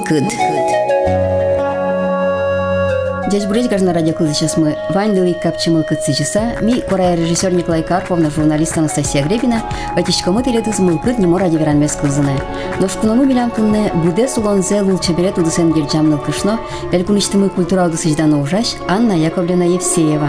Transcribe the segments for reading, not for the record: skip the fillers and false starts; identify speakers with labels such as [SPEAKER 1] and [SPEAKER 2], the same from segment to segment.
[SPEAKER 1] Мылкыд. Дядь Бурять каждый радио класс сейчас мы Вайндели Капчи Мылкыд сычаса, ми корая режиссер Николай Карповна, журналист Анастасия Гребина, ватичка мы телетыз Мылкыд немо радио веранмес кылзына. Но шкуному билям кылны буде сулонзе лулчаберет удысен герджамныл кышно, велькуништымы культура удысыждана ужаш Анна Яковлевна Евсеева.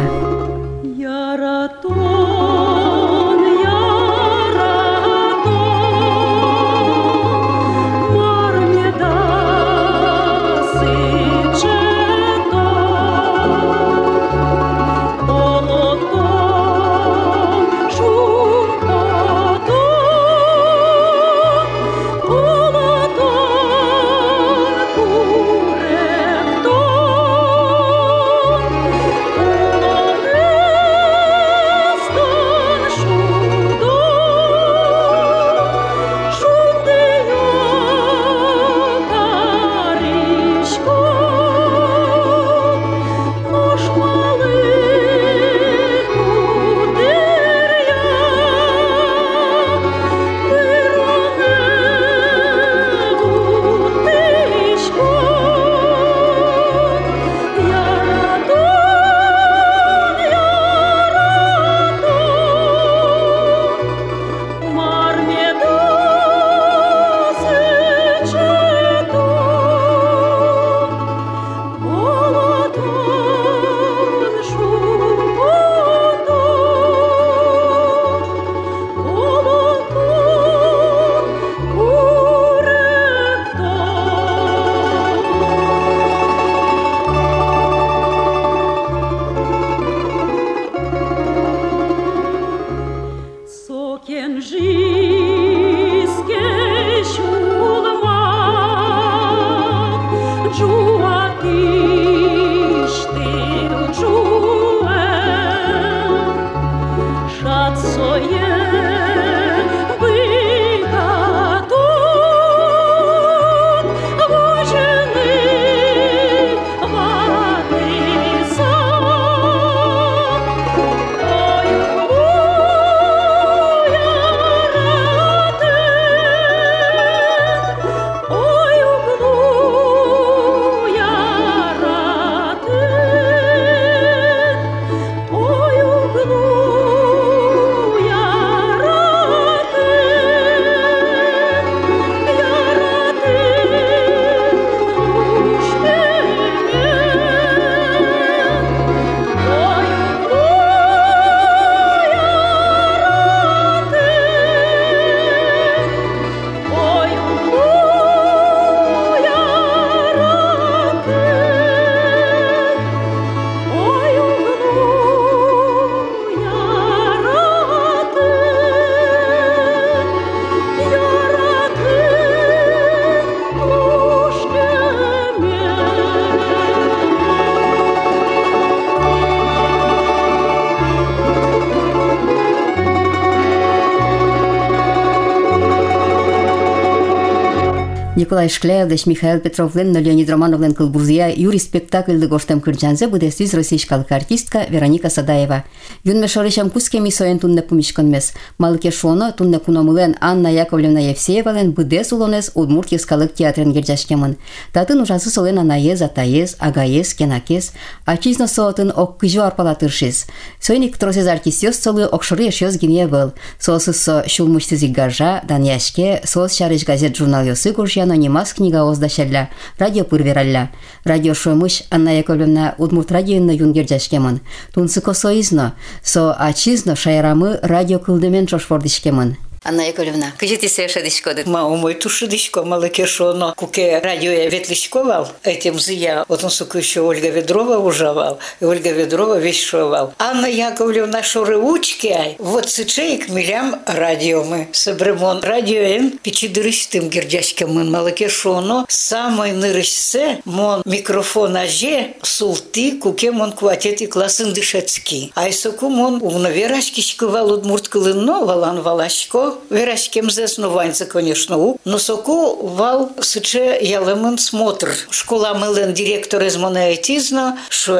[SPEAKER 1] Николай Шкляевич, Михаил Петровлен, Леонид Романовлен Кылбурзия, Юрий спектакльды гоштем кырджанзе буде сиз российскалык артистка Вероника Садаева. Юнме шорышам кускеми соен тунне пумишконмес. Малыке шоно тунне куномылен Анна Яковлевна Евсеевален буде сулонес Удмуртскалык театрен герджашкемын. Татын ужасы солен анаез, атаез, агаез, кенакез, ачизно соотын ок кыжу арпалатыршиз. Соеник тросез артистёс солы окшыры ешёс гине был. Соосысо шулмуштызик гаржа, даняшке, соос шарыш газет журнал ёсы гуржья немас книга оздашалла, радио пырвералла. Радио шуемыш Анна Яковлевна Удмурт радионы юнгерджашкемын. Тунсыко соизно, со ачизно шайрамы радио кылдымен чошфордишкемын. Анна Яковлевна, кажите се шадишкоды.
[SPEAKER 2] Мой тушидишко, малакешоно, куке радио я ветлишковал, этим зия, вот он сука еще Ольга Ведрова ужавал, и Ольга Ведрова вещевал. Анна Яковлевна шорыучки, вот сычейк милям радио мы. Собремон радиоен, пичидырыстым гердяшкем малакешоно, самой нырышсе, мон микрофон аже, султы, куке мон кватети класын дышецки. Айсоку мон умно верашкишковал удмурткалыно, валан валашко, верашкем заснуванца, конечно, но соку вал сыче ялемын смотр. Школа мылен директор из монеетизна, что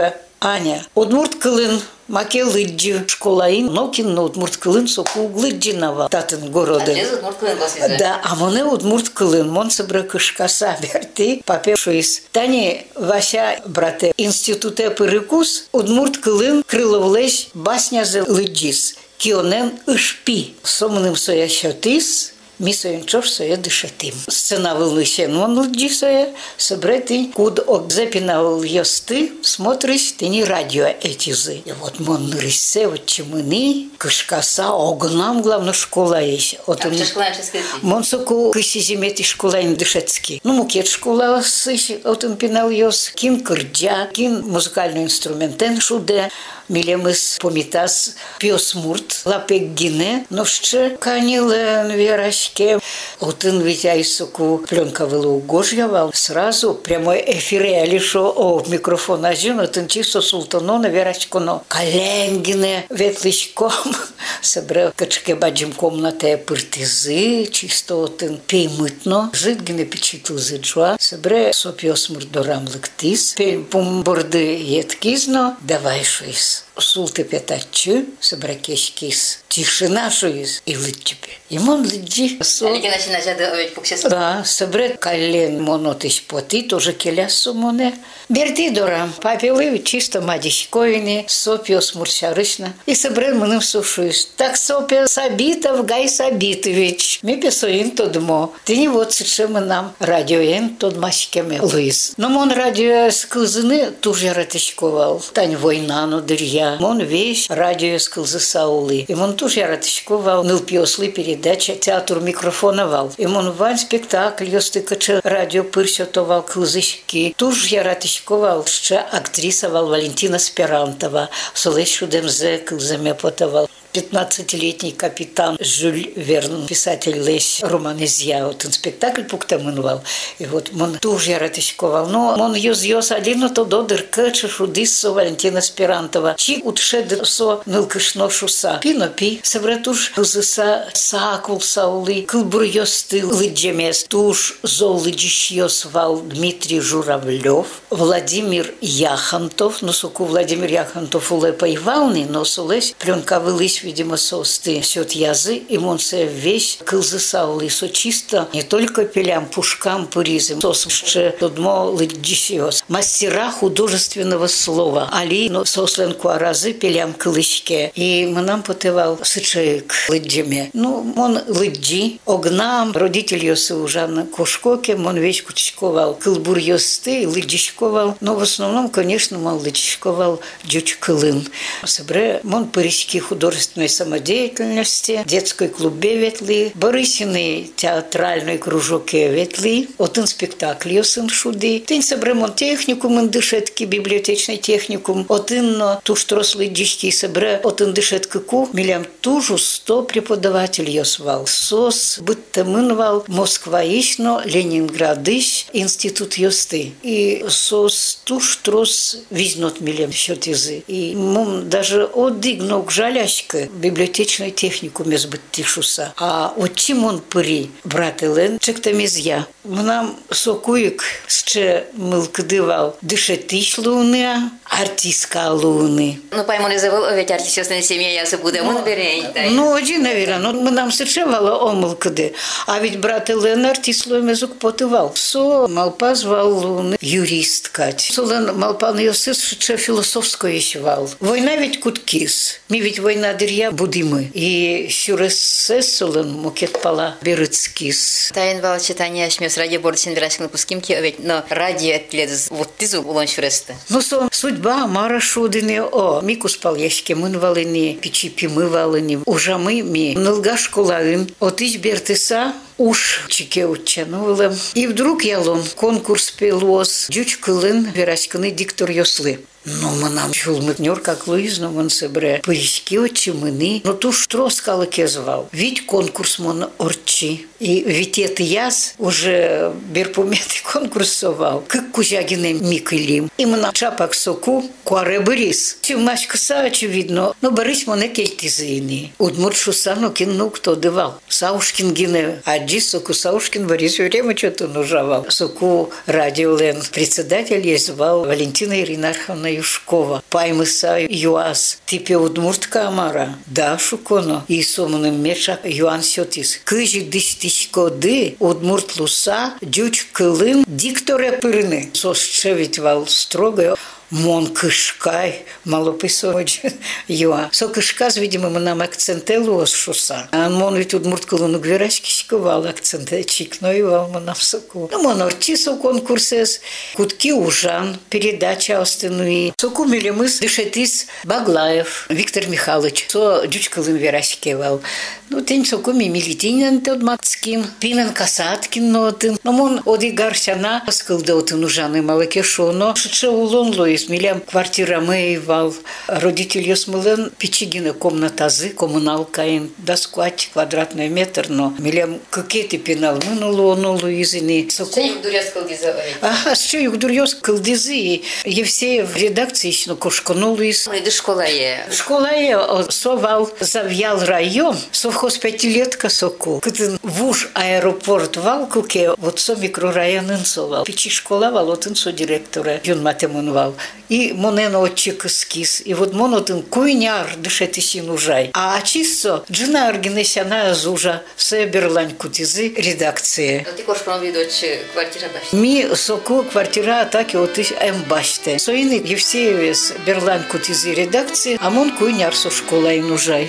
[SPEAKER 2] Аня, удмурт кылын маке лыджи школаин, нокин на удмурт кылын соку углыджинава татын города. Да, а моне удмурт кылын, мон собре кышкаса берти, папе шуис. Тани Вася брате институте пырыкус, удмурт кылын крыловлеш басня зе лыджис. Кионен ышпи, сомным соя шотис, мисоенчош соя дышатим. Сцена вылышен он лыджи соя, собрети, куд окзепинал ёсты, смотришь, ты не радио этизы. И вот мон рысе, вот чемыны, кышкаса, огнам, главное, школа есть. Вот он, мон соку кысизимети школа им дышецки. Ну, мукет школа сыщ, вот он пинал ёс, кин кырдя, кин музыкальный инструментен шуде, милемыс помитас пиосмурт, лапек гине, но ще канилен верашке. Вот он витяйсуку пленка вылу угожьявал. Сразу прямой эфир я лишо о микрофон один, вот он чисто султано на верашку, но каленгине ветличком. Собрал качке баджим комнате пыртизы, чисто вот он пеймытно. Жидгине печитузы джуа. Собрал сопиосмурт дорам лыктис. Пейм пумборды еткизно, давай шуис. Султы пятачу, собракешкис, тишина шуис и лыджипе. И мон лыджи. Да, собрет колен монотиш поти, тоже келясу моне. Берди дорам, папелы чисто мадишковине, сопио смурчарышна. И собрет моным сушуис. Так сопио сабитов, гай сабитович. Ми песоин тодмо. Ты не вот сычемы нам радиоен тод мачкеме луис. Но мон радио скылзыны тоже ратышковал. Тань война, но дырья. Мон вещь радио скылзы саулы. И мон тоже ратышковал. Ныл пьослы передача, театр микрофоновал. И мон вань спектакль, ёстыкача радио пырсётовал кылзышки. Туж я ратышковал, что актрисовал Валентина Спирантова. Солэшу демзе кылзаме потовал. 15-летний капитан Жюль Верн, писатель Лещ, роман «Изъя». Вот он спектакль пуктамынвал. И вот он тоже я ратышковал. Но он юз один, то додыр кача шудиссо Валентина Спирантова. Чи утшед со нылкышно шуса. Пинопи, собратуш узыса саакул саулы, кылбур ёсты лыджемес. Туш зол лыджищ ёсвал Дмитрий Журавлев, Владимир Яхонтов. Но суку Владимир Яхонтов улэ поивалный, но сулэсь пленка вылысь, видимо, состы сёт язы, и монсе вещь кылзы саулы, со чисто не только пилям, пушкам, пуризм, сосше тодмо лыджищиос. Мастера художественного слова. Али, но сослен куаразы пилям кылышке. И нам потевал сычаек лыджеме. Ну, мон лыджи, огнам, родитель ёсы ужан кошкоке, мон вещь кучковал кылбур ёсты, лыджишковал. Но в основном, конечно, мон лыджишковал джуч кылын. Собре, мон пырички художественной самодеятельности, детской клубе ветли, Борисины театральной кружоке ветли, отын спектакль ёсын шуды, тын собремон техникум индышетки, библиотечный техникум, отын туштрос лыджишки собре, отын дышетки ку, милям тужу 100 преподаватель ёсвал, сос, быттамынвал, Москва-ищно, Ленинградыщ, институт ёсты. И сос туштрос визнот милям счётизы. И мом даже одыгнок жалящка, библиотечную технику мезбыт тишуса. А вот чим он пыри, брат Элен, чек-то мезья. Нам сокуик ще мылкдывал дышетиш луны, артистка луны.
[SPEAKER 3] Ну, пойму, завел, ведь артистёсная семья, я забуду, он берет.
[SPEAKER 2] Ну, один, наверное, но мы нам сычевала омылкды. А ведь брат Элен артист луемезук потывал. Со малпа звал луны юристкать. Солен малпа на ёсыс ще философское ещевал. Война ведь куткис. Ми ведь война дырья будимы. И сюресесулен мукет пала берыцкис.
[SPEAKER 3] Тайн вал читание шмёс радио бордсен верашкин пускимки, ведь но радио этледз вот тизу улон шуресты.
[SPEAKER 2] Ну, сон судьба Мара шудыны о микус палешке мынвалыни, пичипи мывалыни, ужамы ми нылгаш кулаын, отыч бертыса уж чеке учанулым. И вдруг ялон конкурс пелос дюч кылын верашкины диктор ёслы. Ну, мы нам чулмытнёр, как Луиз, но он собре поиски очимыны. Но туж троскала звал. Ведь конкурс мон орчи. И ведь это яс уже берпуметый конкурс совал. Как кузягине микылим. И мы на чапак соку куаре борис. Чимашка са очевидно. Но борис моне кельтизыни. Удмурт шусану кинну кто дывал. Саушкин гине. Аджи соку Саушкин Борис время что-то нужавал. Соку радиолен председатель есть звал Валентина Ирина Арховна Юшкова. Паймыса юас. Типе удмуртка амара. Да, шуконо. И сомным меша юан сетис. Кыжи дистичкоды удмурт луса дюч кылын дикторе пырны. Сосчевитвал строго. Мон кышкай, малописоч юа. Со кышказ, видимо, мы нам акцентелу шуса. А мон ведь удмурт кылыну гверачки шковал акценте чикно и вал мы нам соку. Ну, мон ортисо конкурсес, кутки ужан, передача остынуи. Соку милемыс дышетис Баглаев Виктор Михайлович. Со дюч кылын верашкевал. Ну, тень соку милитинен тот мацкин, пинен касаткин нотын. Ну, мон оди гарсяна скылдотын ужаны малакешоно. Шуче улон лоис. Милям квартира Мэйвал, родитель Йосмылен, Пичигина комнатазы, коммуналка, досквать квадратный метр, но милям какие-то пенал, нулу изини. Ага, что их дурьёс кылдизы, Евсеев редакции еще кошку нулу из.
[SPEAKER 3] Школа
[SPEAKER 2] совал завьял район, совхоз пятилетка соку. Кытын вуж аэропорт вал куке, вот со микрорайон инсовал. Пичи школа вал, вот инсо директора, юн матемун вал. И монено отчик скис. И вот монотын куйняр дышетисин ужай. А чисто джина аргинесяна зужа все берлань кутизы редакции.
[SPEAKER 3] Ты кошком видочь квартира башти.
[SPEAKER 2] Ми соку квартира атаки от баште. Соины Евсеевес берлань кутизы редакции, а мон куйняр со школа и нужай.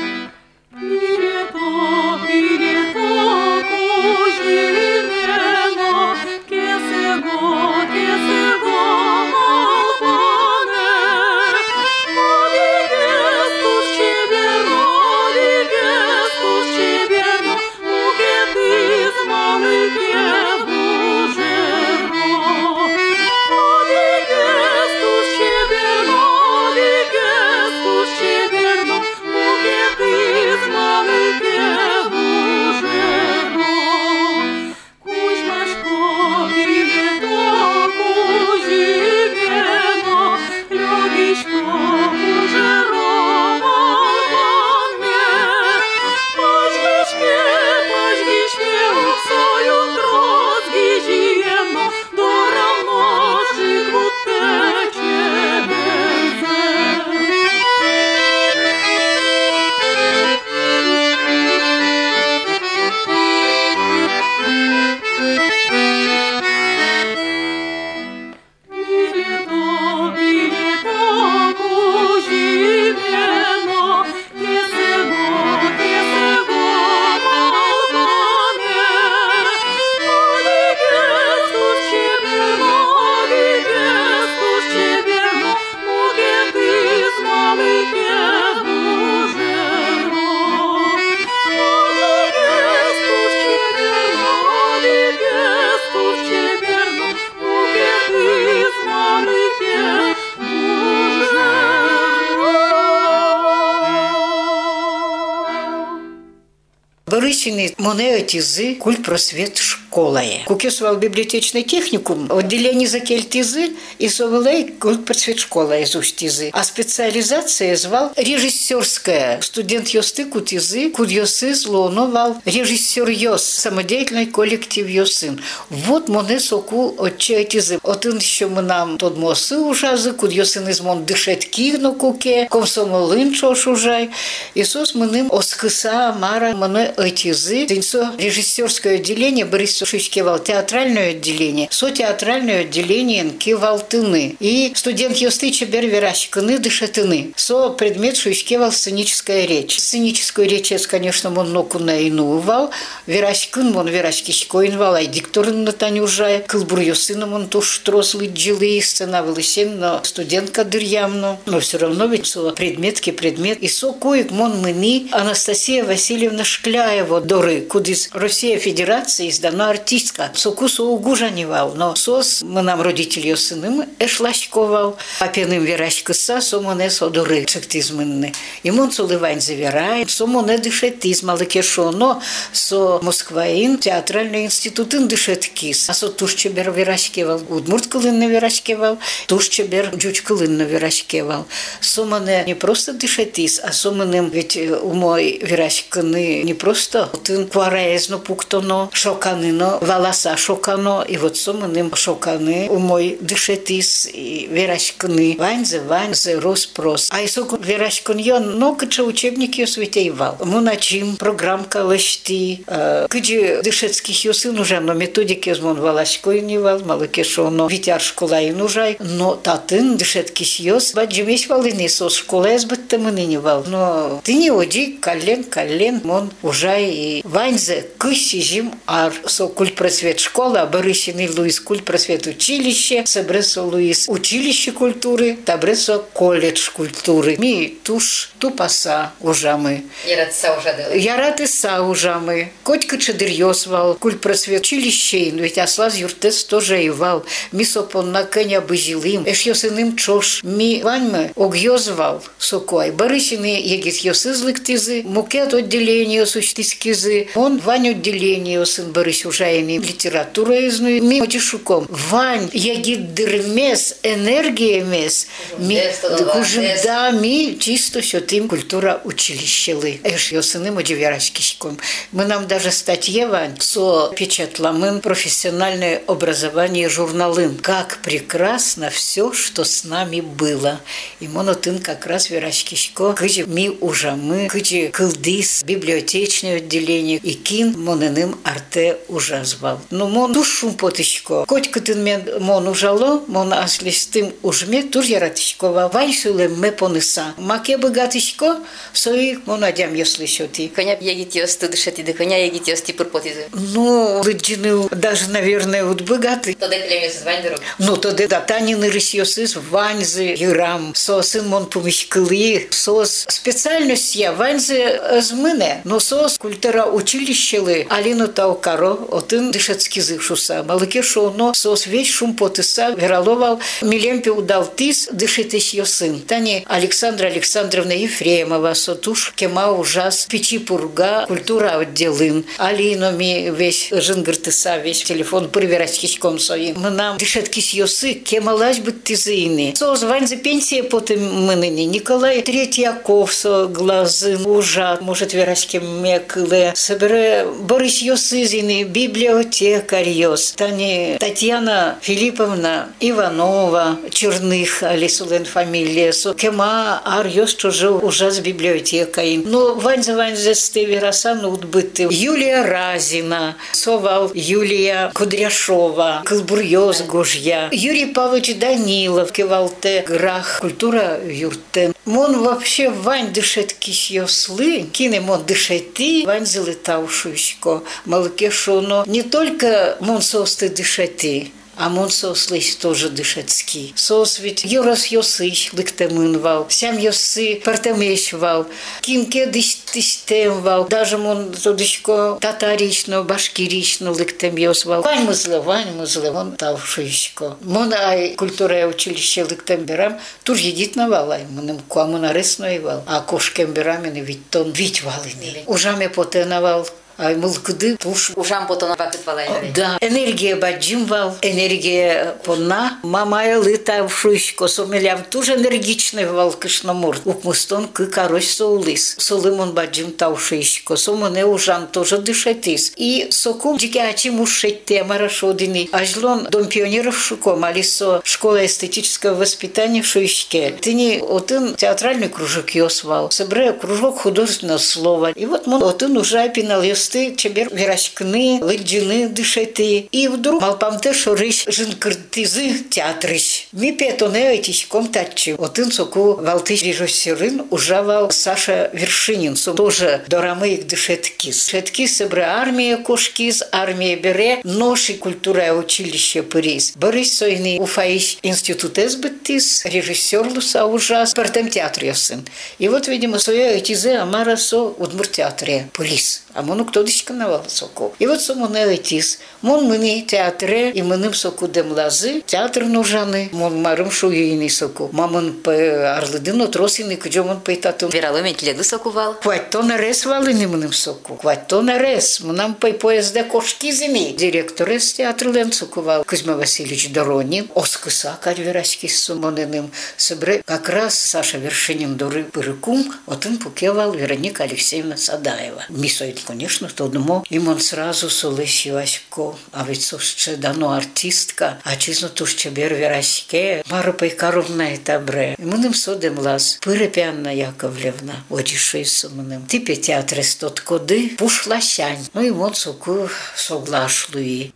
[SPEAKER 2] Борисины монеотизы культ просвет школае. Кукесвал библиотечный техникум, отделение за кельтизы и совелей культ просвет школа из устизы. А специализация звал режиссерская. Студент ёсты кутизы, кудьосы злоновал режиссер ёс, самодеятельный коллектив ёсын. Вот моне соку отчетизы. Отын еще мы нам тот мосы ужазы, кудьосын из мон дышет кигно куке, комсомолын чош ужай. Иисус мы ним оскыса мара моне этизы. Тинцо режиссерское отделение Борис Шишкевал, театральное отделение, театральное отделение Кивалтыны. И студент ёсты чебер верашкины дышетыны. Со предмет Шишкевал сценическая речь. Сценическую речь, конечно, мон ноку наинувал. Верашкин мон верашкишко инвал, ай дикторын на танюжай. Кылбур ёсыном он туш трослый джилы, сцена вылысен, но студентка дырьямно. Но все равно ведь со предмет. И со коек мон мыни Анастасия Васильевна Шкляева доры, кудис Россия Федерация издана артистка. Сокусу угужанивал, но сос мы нам родители сыным эшлашковал, папиным верашкаса сомоне содоры чектизмынны. И мон соливань заверает, сомоне дышетиз малакешо, но со Москваин театральный институтын дышеткис. А со тушчебер верашкевал, удмурткалын верашкевал, тушчебер джучкалын верашкевал. Сомоне не просто дышетиз, а сомонем ведь у мой верашканы не просто тын квараезно пуктоно, шоканын Алино волоса шокано, и вот соманным шоканы у мой дышетис и верашкны. Ванзе, роспрос. А исоку верашкуньон, но кача учебник ее свитейвал. Мы начим программка лышти. Кыджи дышетских юсын уже, но методики змон валашкой не вал, малыкешоно, витяр школа и нужай. Но татын дышеткис юс, баджимесь валыны со школа сбыттамыны не вал. Но ты не оди, колен, мон уже и ванзе, кысижим ар со культпросвет школа, барышины Луис культпросвет училище, собресо Луис училище культуры, табресо колледж культуры. Ми туш тупаса ужамы. Яратыса ужамы. Котька чадырьёсвал, культпросвет училище, ведь аслаз юртес тоже и вал. Ми сопон на коня быжилым, эш ёсыным чош. Ми ваньмы огьёзвал сокой. Барышины егис ёсызлыктызы, мукет отделение сущтискизы. Он вань отделение сын барыш ужайный литература изну. Ми отишуком. Вань егит дырмес, энергия мес. Ми да, ми чисто сётым культура училищелы. Эш ёсыным одевярачкишком. Мы нам даже статье вань со печатламын профессиональное образование журналын. Как прекрасно все, что с нами было. И монотын как раз верачкишко, кыджи ми ужамы, кыджи кылдис, библиотечное отделение, и кин моненым арте ужазвал. Но мон душу потышко. Коть кытын мен мон ужало, мон аслистым ужме, тур яратышкова. Вайсулем ме понеса. Маке богатышко, соих мон адям ёслышоти.
[SPEAKER 3] Коня егит ёсты дышати, да коня егит ёсти пурпотизы.
[SPEAKER 2] Ну, лыджины даже, наверное, вот богаты.
[SPEAKER 3] Тоде клемес вандеру.
[SPEAKER 2] Ну, тоде датанины рысьёсыз ваньзы, юрам, сосын мон помещкылы, сос специальность я ваньзы змыне, но сос культура училищелы, алину таукаро, отын дышецкий зывшуса, малыке шоно, сос весь шум потыса, вероловал, милемпе удал тис, дышетесь ее сын. Тани Александра Александровна Ефремова, сотуш кема ужас, печи пурга, культура отделын, алину ми весь жингыртыса, весь телефон проверачкичком своим. Мы нам дышеткись ёсы, кемалась бы тизыны. Сос ваньзы пенсия потым мы ныне. Николай Третьяков, со глазы ужа, может верачкем мекыле. Собере Борис Ёсызины, библиотекарь ёс. Тани Татьяна Филипповна Иванова, Черных, Алисулен фамилия. Со кема ар ёс чужо ужас библиотекой. Но ваньзы стеверасан утбыты. Юлия Разина, совал Юлия Кудряшова, Кылбурьёс Гужья. Юрий Павлович Данилов, кевалте грах, культура юртен. Мон вообще вань дышеткись ёслы, кине мон дышети, вань залетавшусько, малыке шоно. Не только мон состы дышети, а мон сослысь тоже дышецкий. Сос ведь юрос ёсыч лыктемынвал, сям ёсы партемещвал, кинке дыштемвал, даже мон тодышко татарично, башкирично лыктем ёсвал. Вань мызлы, мон тавшусько. Мон ай культура училище лыктем берам, тур едит навалай, мон куамон аресноивал, а кошкем берамины ведь тон вить валыны. Ужаме потенавал. Ай мылкыды туш
[SPEAKER 3] ужам потона вакыт валай.
[SPEAKER 2] Да, энергия баджимвал, энергия понна, мамая лыта в шуйшко, сомелям туж энергичный вал кышномур. Укмустон кы корось соулис. Солымон баджим таушишко, сомоне ужам тоже дышатис. И сокум джикячи мушетте марашодини. Ажлон дом пионеров шуко, малисо школа эстетического воспитания в Шуйшке. Тыни отын театральный кружок ёсвал. Собре кружок художественного слова. И вот мон отын уже пинал чебер верашкны, лыджины дышеты. И вдруг малпамте шорыш жинкыртизы театрыш. Ми петоне этичком татчи. Отын соку валтыш режиссерын ужавал Саша Вершинин. Тоже дорамы их дышеткис. Дышеткис собре армия кошкиз, армия бере, ноши культура училище Парис. Борис Сойный уфаиш институтес быттис, режиссер луса ужас, партем театре сын. И вот, видимо, своя этизе амара со удмур театре Полис. А мону кто дышканавал соку. И вот сому наэтис. Мон мыны театре, и мыным соку демлазы, театр нужаны, мон марым шуейный соку. Мамон по арлыдыно тросины, кджомон по этату.
[SPEAKER 3] Вералометь леду соку вал.
[SPEAKER 2] Квать то нарез валыны мыным соку. Квать то нарез. Мнам по поезда кошки зими. Директор из театра лен соку вал. Кузьма Васильевич Доронин. Оскыса карьверачки с сумоненым. Собре как раз Саша Вершинин дуры пырыкум, вот он пукевал Вероника Алексеевна Садаева. Мисоид, конечно, конечно, тодмо. Имон сразу солись Васько, а ведь ще дано артистка, а чизно туш чебер верашке, Мара Пайкаровна и табре. И мы содем лаз, Пырепянна Яковлевна, одишей сумным. Типе театре стот коды, пушла щань. Ну и вон суку соглашлуи.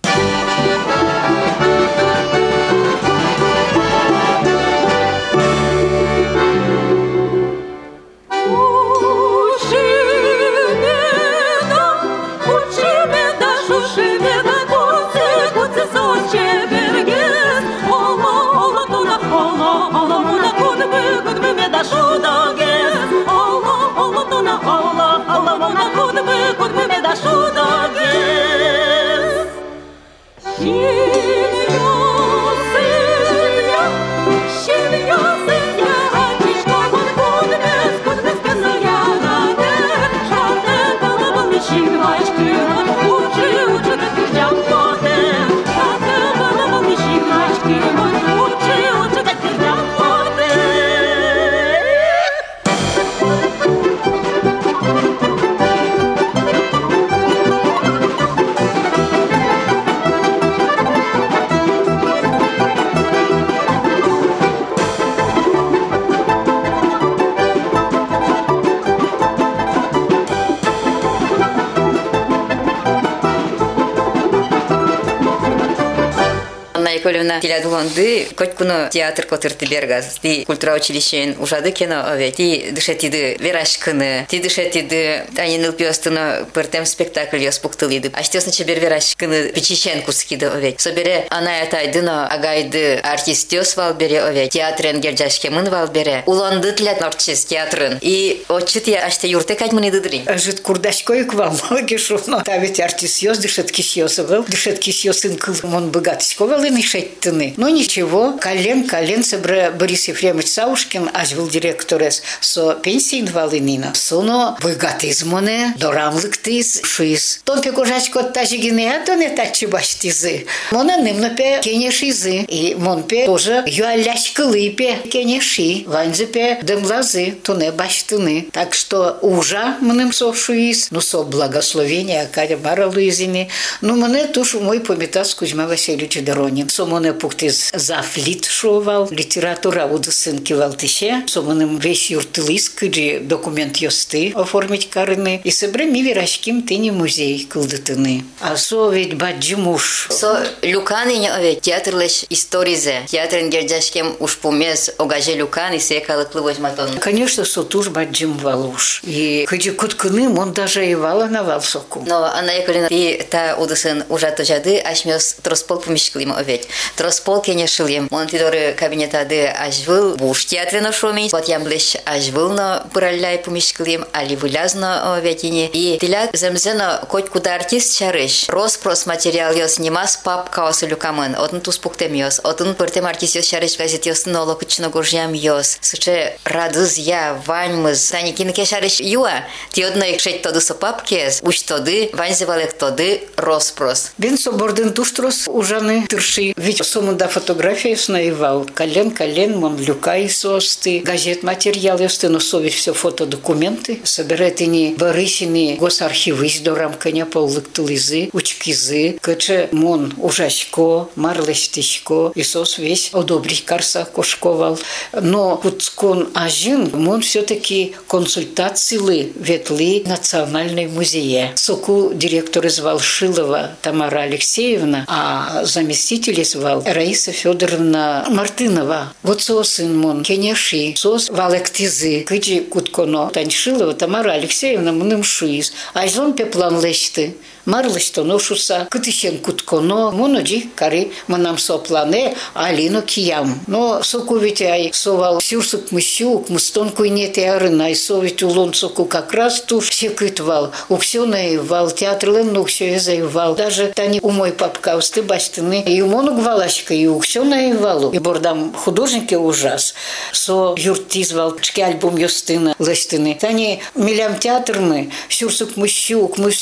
[SPEAKER 3] Яковлевна телядуланды котькуно театр котырты бергаз. Ти культура училищен ужады кено ове. Ти дышетиды верашкыны. Ти дышетиды танин илпиостыно пыртем спектакль ёс пуктылиды. Аштёсны чебер верашкыны пичишен кускиды ове. Собере ана ятайдыно агайды артистёс вал бере ове. Театрен герджашкемын вал бере. Уланды тлят норчес театрын. И отчыт я аште юрте кайтмыны дыдри.
[SPEAKER 2] Жит курдашкой к вам, гешуно. Та ведь артистёс дышет кисёсы был. Дышет кисёсын кыл. Он богатышковал и шеттыны. Но ничего, колен собра Борис Ефремович Саушкин, аж был директор со пенсии инвалиднина. Соно богатизмоне, дорамлыктиз, шиз. Тонпе кожачко тажигине, а то не тачи баштизы. Мона немнопе кенешизы. И монпе тоже юаляшкылыпе кенеши. Ванзепе демлазы, то не баштыны. Так что ужа мнем со шиз, ну со благословения Акадя Мара Луизини. Ну мне туш мой пометас Кузьма Васильевич Доронин. Сомоне пухтиз зафлит шовал, литература удысынки валтыше, сомонем весь юртылыск, где документ ёсты оформить карыны, и собре ми верашким тыни музей кылдытыны. А со ведь баджимуш.
[SPEAKER 3] Со люканы не ове, театрлеш историзе, театрен герджашкем уж помез огаже люканы секалыклы возьматон.
[SPEAKER 2] Конечно, со туж баджим валуш. И кыджи куткыны, он даже и вала на валсоку.
[SPEAKER 3] Но Анна Яковлевна, и та удысын ужато жады, ашмёс троспол помешкалим ове. Троспол кенешилим. Он тидоры кабинетады ажвыл буш театрено шоми. Вот ямблеш ажвыл но пыралляй помешкалим, али вылязно ветине. И тилят земзено коть куда артист чарыш. Роспрос материал ёс немас пап каосы люкамын. Отын тус пуктем ёс. Отын пыртем артист ёс чарыш газет ёс ноло кычно гуржям ёс. Сыче радыз я ваньмыз. Тани кинке чарыш юа. Ти одно икшеть тоды со папкез. Уч тоды, ваньзевалек тоды, роспрос.
[SPEAKER 2] Бен соборден туштрос ужаны тырши. Ведь сумында фотография снаивал. Колен, мон люка и состы. Газет материал ёсты, но совесть все фотодокументы. Собирает ини Борисини госархивы из до рамканя поллыктылызы, учкизы. Кыче мон ужашко, марлестичко. И сос весь одобрить карса кошковал. Но куцкон ажин, мон все-таки консультации ветли Национальной музее. Соку директор из Волшилова Тамара Алексеевна, а заместитель звал Раиса Федоровна Мартынова. Вот сын мон кенеши, сос валектизы, кыджи кутконо Таньшилова Тамара Алексеевна мным шуиз. А жон пеплан лешты. Марлышто ношуса, кытышен кутконо, моноджи кари манам соплане, алино киям. Но соку ведь ай совал сюрсук мыщук, мустонку и нет и арына, и совет улон соку как раз туш все кытвал. У все наивал, театр ленну все и заивал. Даже тани у мой папка усты баштыны, и у мону гвалашка, и у все наивалу. И бордам художники ужас. Со юртизвал, чки альбом ёстына, лестыны. Тани милям театр мы, сюрсук мыщук, мы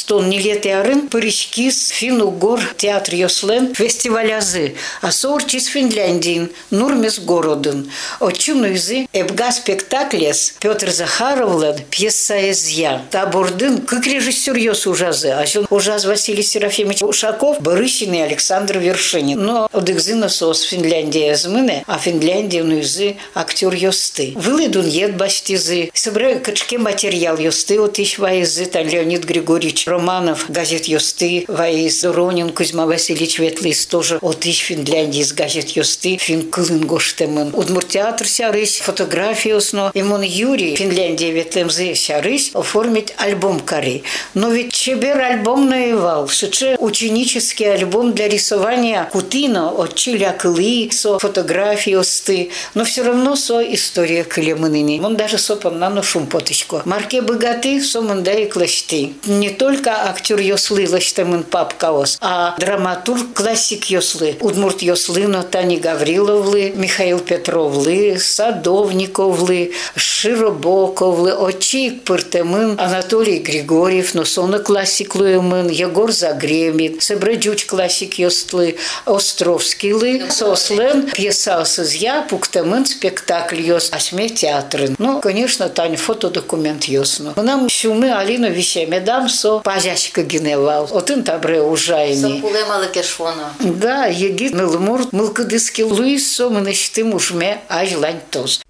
[SPEAKER 2] стон не лет арын паричкис фин-угор театр йослен фестивалязы, а соурчис Финляндин, нурмес городын. Очунуйзы эбга спектаклес Петр Захаровлан пьеса эзья. Табордын как режиссер йос ужазы, а ужаз Василий Серафимович Ушаков, Барыщин и Александр Вершинин. Но одыгзына сос Финляндия змыне, а Финляндия нуйзы актер йосты. Вылыдун ед бастизы. Собрали качке материал йосты от ищ ваизы, там Леонид Григорьевич Романов, газет йосты, ваиз Ронин Кузьма Васильевич Ветлис тоже от ищ Финляндии из газет йосты, фин кылын гоштемын. Удмуртеатр сярысь, фотографию сно, имон Юрий, Финляндия ветлемзы сярысь, оформить альбом кари. Но ведь чебер альбом наевал, шиче ученический альбом для рисования кутино от чиля кылы, со фотографии осты, но все равно со история кылемыныни. Он даже сопом на шум потычко. Марке богаты, со мында и клашты. Не только актер йослы лаштамын папкаос, а драматург классик йослы. Удмурт йослы, но Тани Гавриловлы, Михаил Петровлы, Садовниковлы, Широбоковлы, Очик Пыртемын, Анатолий Григорьев, но соно классик луемын, Егор Загремин, Себреджуч классик йостлы, Островский лы, сослен, пьеса сызья, пуктемын, спектакль йос, асме театрын. Ну, конечно, Тань фотодокумент йосно. Нам шумы Алину вещемедам со пазящика геневал. Отын табре ужайни.
[SPEAKER 3] Сопуле малыкешвона.
[SPEAKER 2] Да, егит мылмурт, мылкыдыски луис со мынышты мужме аж лань тоз.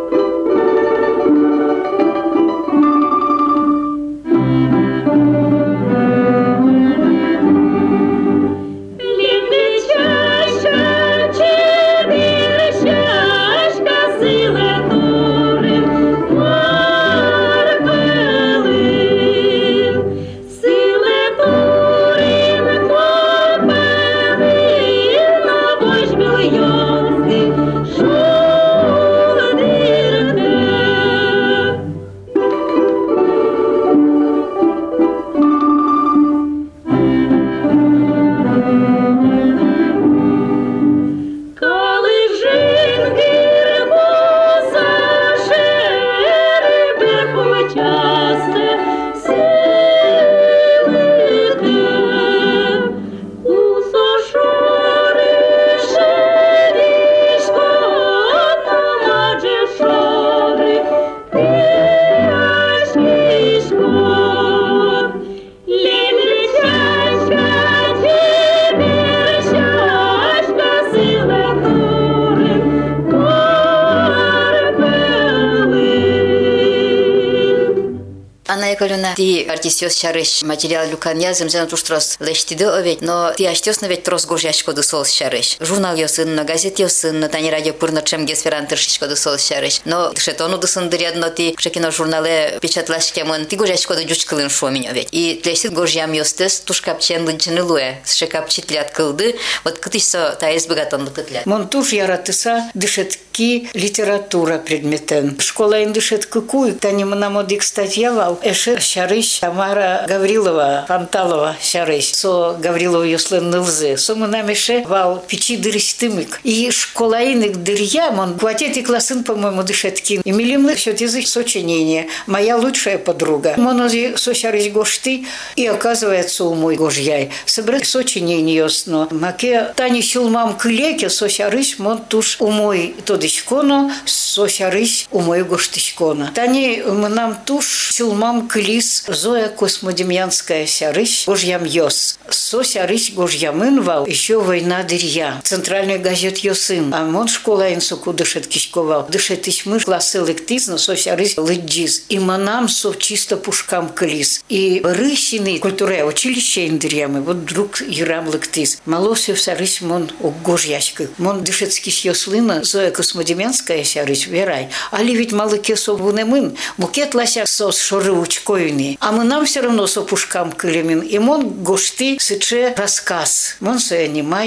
[SPEAKER 3] Ти артистёс шарыш материал люкан язым зен туштрос лештиде овет, но ти аштёс навет трос гожяшко до сол шарыш. Журнал ёсын, на газет ёсын, на тани радио пурно чем гесферан тыршичко до сол шарыш. Но шетону до сындыряд, но ти шекино журнале печатлашкемон ти гожяшко до джучкылын шуамин овет. И тлештит гожям ёстес тушкапчен лынчыны луэ, шекапчитлят кылды, вот кытышсо таэс богатон лыкытлят.
[SPEAKER 2] Мон туш яратыса дышетки литература предметен. Школа индышет кукуй, тани мнамодик статьявал, эше шарыш Тамара Гаврилова, Панталова шарыш, со Гаврилова ёслен нылзы, со мнамеше вал печи дырыстымык. И школа иных дырья, мон кватети классын, по-моему, дышетки. И милимлых счет язык сочинения. Моя лучшая подруга. Монози со шарыш гошты, и оказывается у мой гожьяй. Собрать сочинение ёсно. Маке тани шулмам кылеке со шарыш, мон туш у мой тодышконо, со шарыш у мой гоштышконо. Тани нам туш шулмам кылис Зоя Космодемьянская шарыш гожьям ёс. Со шарыш гожьямын вал еще война дырья. Центральный газет ёсын. А мон школа инсоку дышет кишковал. Дышет ишмыш классы лыктизно, со шарыш лыджиз. И манам со чисто пушкам кылис. И рыщины культуре училище индырьямы. Вот друг Ирам лыктиз. Малосев шарыш мон гожьяшкы. Мон дышетский ёслына Зоя Космодемьянская шарыш верай. Али ведь малыке со вунемын. Букет лася со шорыучкойни. А мы нам все равно со пушкам кылемин. И мон гошты сыче рассказ. Мон со анимай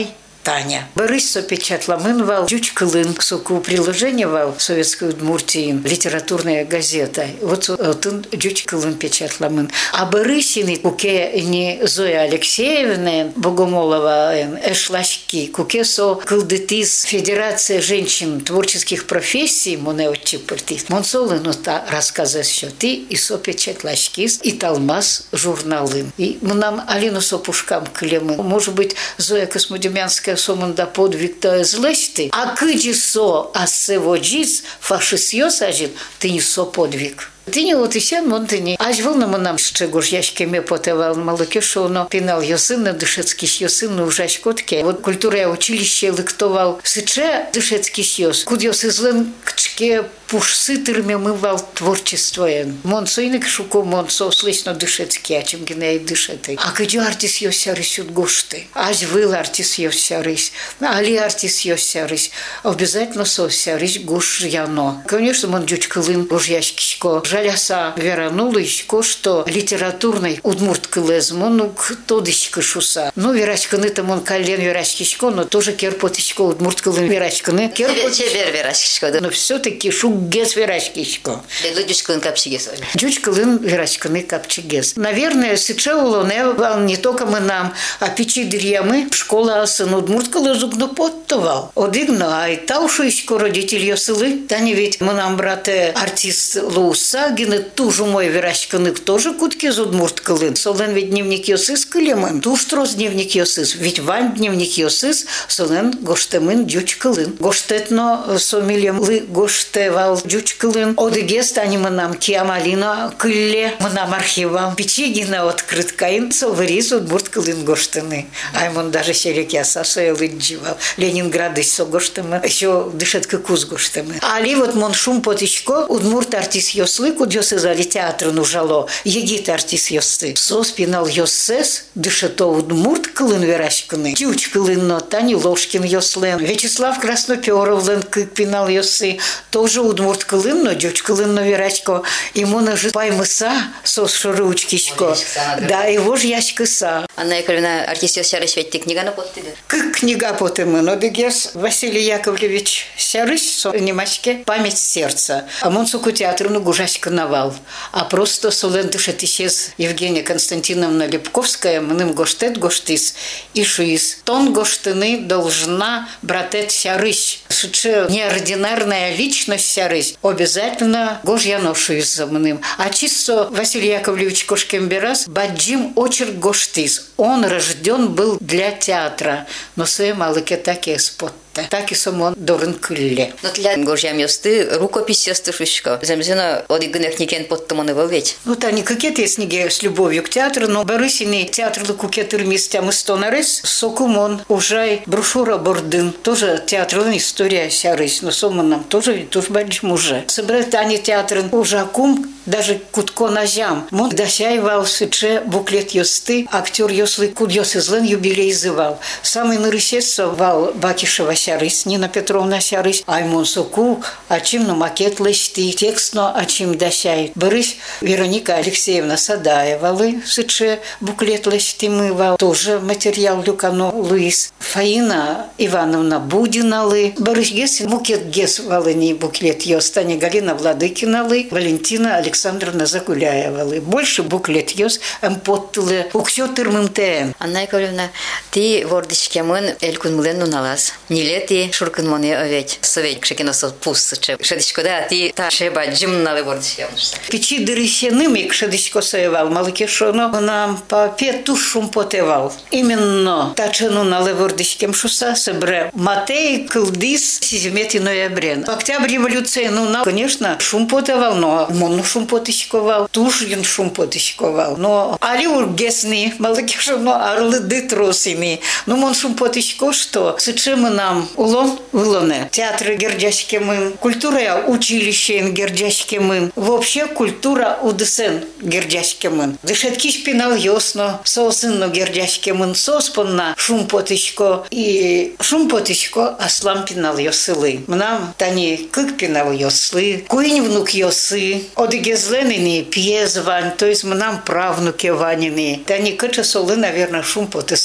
[SPEAKER 2] Таня. Борис сопечатламын Дюч Кылын, соку приложение вал Советской Удмуртии, литературная газета. Вот он Дюч Кылын печатламын. А Борисины, куке не Зоя Алексеевна Богомолова, эшлашки, куке со кылдытис Федерация женщин творческих профессий, моне отчипыртис. Монсолы, но та рассказы счеты, и сопечатлашкис, и талмаз журналын. И мы нам Алину сопушкам клемы. Может быть, Зоя Космодемьянская соманда подвиг то злэшты, а кыджи со ассеводжис фашисьё сажит, ты не со подвиг. Ty nie otysian, monty nie. Aż wolno mu nam z czegoś jaśkie mnie potewał malokiszu, no pinał Josynny, dyszeckiś Josynny, użaś kotkie. Od kultury uczyliście lektował sycze dyszeckiś Jos. Kud Josy zlem kczkie puszsy tyrmie mywał tworчество. Monco inek szuko monco слышно dyszeckie, a czym gnej dyszety. A kiedy artys Josiarys od goszty. Aż will artys Josiarys, ali artys Josiarys. Обязательно Сосярys гош яно. Конечно, мон дючкылын гожяшкишко. Жаляса веранулышко, что литературный удмурт кылезмон, ну, кто дышка шуса. Ну, верачканы там он колен верачкишко, но тоже керпотышко удмурт кылын верачканы.
[SPEAKER 3] Тебе верачкишко, да?
[SPEAKER 2] Но все-таки шуггес верачкишко.
[SPEAKER 3] Дючкылын капчигес.
[SPEAKER 2] Дючкылын верачканы капчигес. Наверное, сычевулоне не только мы нам, а печи дырьямы школа сын удмурт кылызук но подтовал. Одигно, а и таушуишко родитель Йосылы. Тани ведь мы нам брате артист Луса, Гины тужу мой верачканык тоже кутки из удмурткалын. Солен ведь дневник Йосыс кылемын. Туштрос дневник Йосыс. Ведь вань дневник Йосыс солен гоштемын дючкалын. Гоштетно сомилем лы гоштевал дючкалын. Одыгест они мы нам киамалина кылле. Мы нам архивам. Печигина открыткаин. Солверис удмурткалын гоштены. Аймон даже серек яса соелы дживал. Ленинград со гоштемы. Еще дышетка куз гоштемы. Али вот мон шум потичко удмурт артист Йослы. Куд Йосы зали театр нужало, егит артист Йосы. Со спинал Йосес, дышето удмурт кылын верашканы. Дюч кылын но Тани Ложкин Йослен. Вячеслав Красноперов лен пинал Йосы. Тоже удмурт кылын, но дюч кылын но верашко. Ему нажит паймыса со шаручкишко. Да, его ж яшкыса.
[SPEAKER 3] Анна Яковлевна, артист Йосярыш ведь ты книга на подтыды?
[SPEAKER 2] Как книга потемы, но бегес Василий Яковлевич Сярыш, со немашке память сердца. А монсуку театру ну гужась навал, а просто солен дышит исчез Евгения Константиновна Лепковская, мным гоштет гоштис и шуис. Тон гоштыны должна братет Сярыш. Шуче неординарная личность Сярыш. Обязательно гожья ношуис за мным. А чисто Василий Яковлевич Кошкемберас баджим очерк гоштис. Он рожден был для театра, но свои малыки такие спот. Так и само дорын кылле.
[SPEAKER 3] Но для гожьям ёсты рукопись ёсты шушко. Замзина одигнех никен подтоманы был ведь.
[SPEAKER 2] Ну, та не какие-то снеги с любовью к театру, но Борисини театр лукукетыр местям истонарес, сокумон, ужай, брошюра бордын. Тоже театральная история сярыс, но сома нам тоже баджим уже. Собрать они театрын ужакум, даже кутко ножам. Мон досяйвал сыче буклет ёсты, актер ёслы куд ёсызлен юбилей зывал. Самый нарысесовал Бакишева Сярыс, Нина Петровна Сярыс, Аймон Соку, а чим на макет лешти, текстно, а чим досяй. Борис Вероника Алексеевна Садаевалы, сыче буклет лешти мывал, тоже материал Люкано Луис. Фаина Ивановна Будиналы, Борис Гес, букет Гес валыни буклет ёс, Таня Галина Владыкиналы, Валентина Александровна Загуляевалы. Больше буклет ёс, эмпоттылы, уксётыр мымтен.
[SPEAKER 3] Анна Яковлевна, ты вордичкемын элькун мулен нуналас. Нилети шуркын моне оведь. Соведь кшекиносо пустче. Шедичко да, ты та шеба джимналы вордичкемышса.
[SPEAKER 2] Печи дырыщеными кшедичко соевал, малыкешоно нам по пету шум потевал. Именно тачену нале вордичкемшуса себре Матей кылдис сизмети ноябрен. В октябре революции, конечно, шум потевал, но мону шум потышковал, Тушгин шум потышковал. Но али ургесни, малыкешоно орлы дытросими. Ну, мон шум потышко, что сычемы нам улон вылоне. Театры Гердяшкемын, культура училище Гердяшкемын. Вообще культура удесен Гердяшкемын. Дышеткиш пинал ёсно, соосынно Гердяшкемын, соспонна шум потышко. И шум потышко аслам пинал ёсылы. Мнам тани кык пинал ёслы, куинь внук ёсы, одыгезленыни пьезвань, то есть мнам правнуки ванины. Тани кыча солы, наверное, шум потысал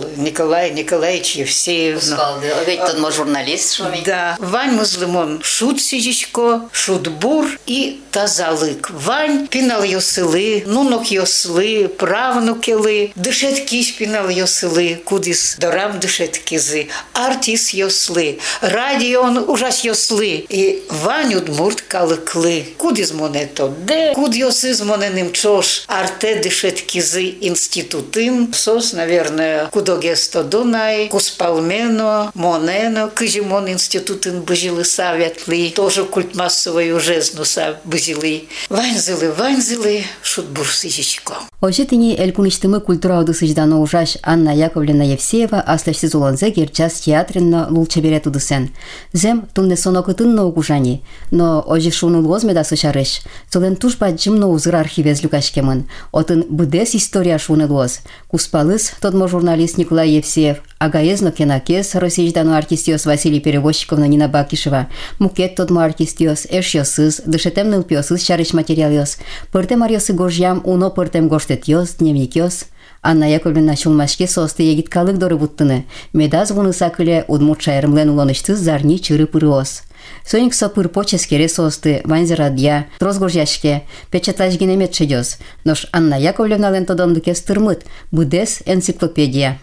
[SPEAKER 2] Николай Николаевич Евсеев.
[SPEAKER 3] Ведь тот мой журналист, что ми.
[SPEAKER 2] Да. Вань Музлимон шут сидичко, шут бур и тазалык. Вань пинал йосили, нунок йосли, правнукели, дышет киш пинал йосили, кудис дорам дышет кизы, артис йосли, радио он ужас йосли, и Вань удмурт калыкли, кудис монето де, куд йосиз моненим чош, арте дышет кизы институтин, сос, наверное, кудогесто Дунай, куспалмено, монено, кыжимон институтин быжилы советли, тоже культ массовой уже знуса быжили. Ванзилы, шутбур сижичко.
[SPEAKER 1] Ожитыни элькуништымы культура удысыжданы ужаш Анна Яковлевна Евсеева аслашты зулонзе герчас театринно лулча берет удысын. Зем тунне сонокытынно угужани, но ожившуны лозмеда сышарыш. Золен тушба джимно узыр архивез люкашкемын. Отын быдес история шуны лоз. Куспалыс тодмо журналист Николай Евсеев, агаезно кенакес росиждану артистиос Василий Перевозчиковна Нина Бакишева, мукет тодмо артистиос эшьосыз, дышетем нылпиосыз чарыш материалиос, пыртем арьосы гожьям уно пыртем гоштетьос, дневникиос. Анна Яковлевна шулмашке состы егиткалык доры буттыны, медаз вуныса кыле удмурт шайрымлен улоныштыз зарни чыры пырыос. Соник сопыр поческере состы, ванзерадья, трозгожьяшке, печатлашгенемет чедёс. Нош Анна Яковлевна лен тодондыкес тырмыт, быдес энциклопедия.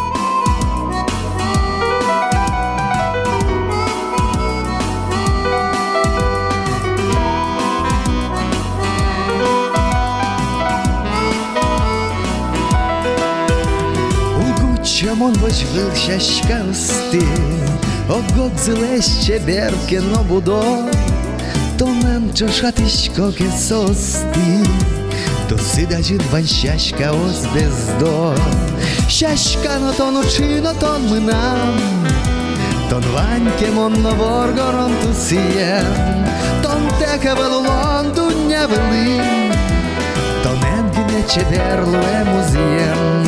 [SPEAKER 4] Чамон бочвил щащкавсти, огок зелеще берке но будо, то мен чошатишко кесости, то сидажит ван щащка ос бездо. Щащка но тон учино тон минам, тон ваньке монно воргорон тусием, тон тека велулон дуня вели, тон енгіне чеберлуе музеем.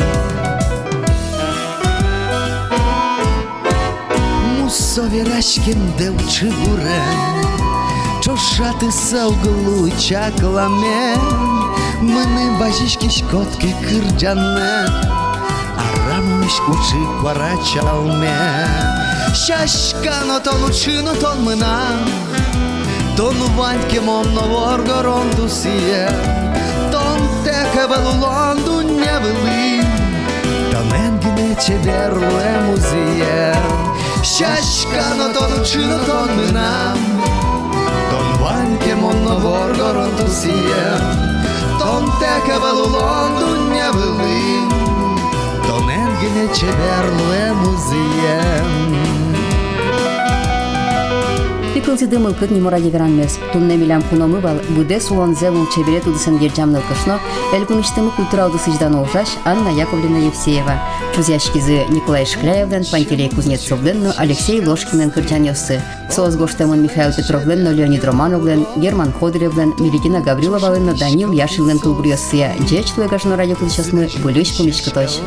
[SPEAKER 4] Совірашкін девчи бурен, чошати сауглу чакламен, мене бажішки шкотки кирджане, а рамуш кучи кварачалме. Щашкано тон учино тон мина, тон ваньке монно воргорон тусіє, тон теке велулон дуня вели, тон енгіне чеберлуе музеє. Щащкано тон учино тон минам, тон ваньке монно воргорон тусіє, тон теке велулон дуня вели, тон енгіне чеберлуе музеєм.
[SPEAKER 1] Пикылзы дымыл кыт неморади веранмес. Тунне милям куномы бал, буде сулон зелун чеберет удысын герджамныл кышно, элькуништымы культура удысыжданы ужаш Анна Яковлевна Евсеева. Чузяшкизы Николай Шкляевден, Пантелей Кузнецовден, Алексей Ложкинен кырчанёсы. Соос гоштемон Михаил Петровден, Леонид Романовден, Герман Ходыревден, Меликина Гавриловален, Данил Яшинлен кылбурьёсыя. Джечлы гашно радио кылчасмы булюш пумишкытош.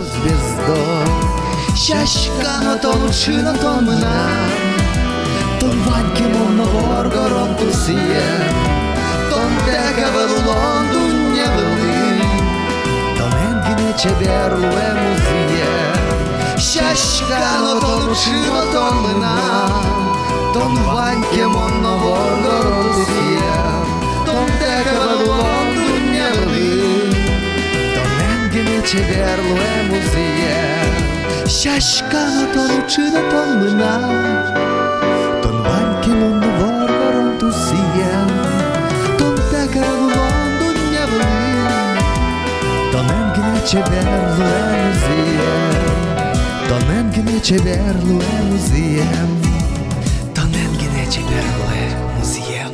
[SPEAKER 4] Щащкано тон учино тон минам, тон ваньке монно воргорон тусіє, тон теке велулон дуня вели, тон енгіне чеберлуе музеє. Щащкано тон учино тон минам, тон ваньке монно воргорон тусіє, тон теке велулон дуня вели, тон енгіне чеберлуе музеє. Щащкано тон учино тон минам, Ваньке монно воргорон тусіє, тон теке велулон дуня вели, тон енгіне чеберлуе музеєм, тон енгіне чеберлуе музеєм, тон енгіне чеберлуе музеєм.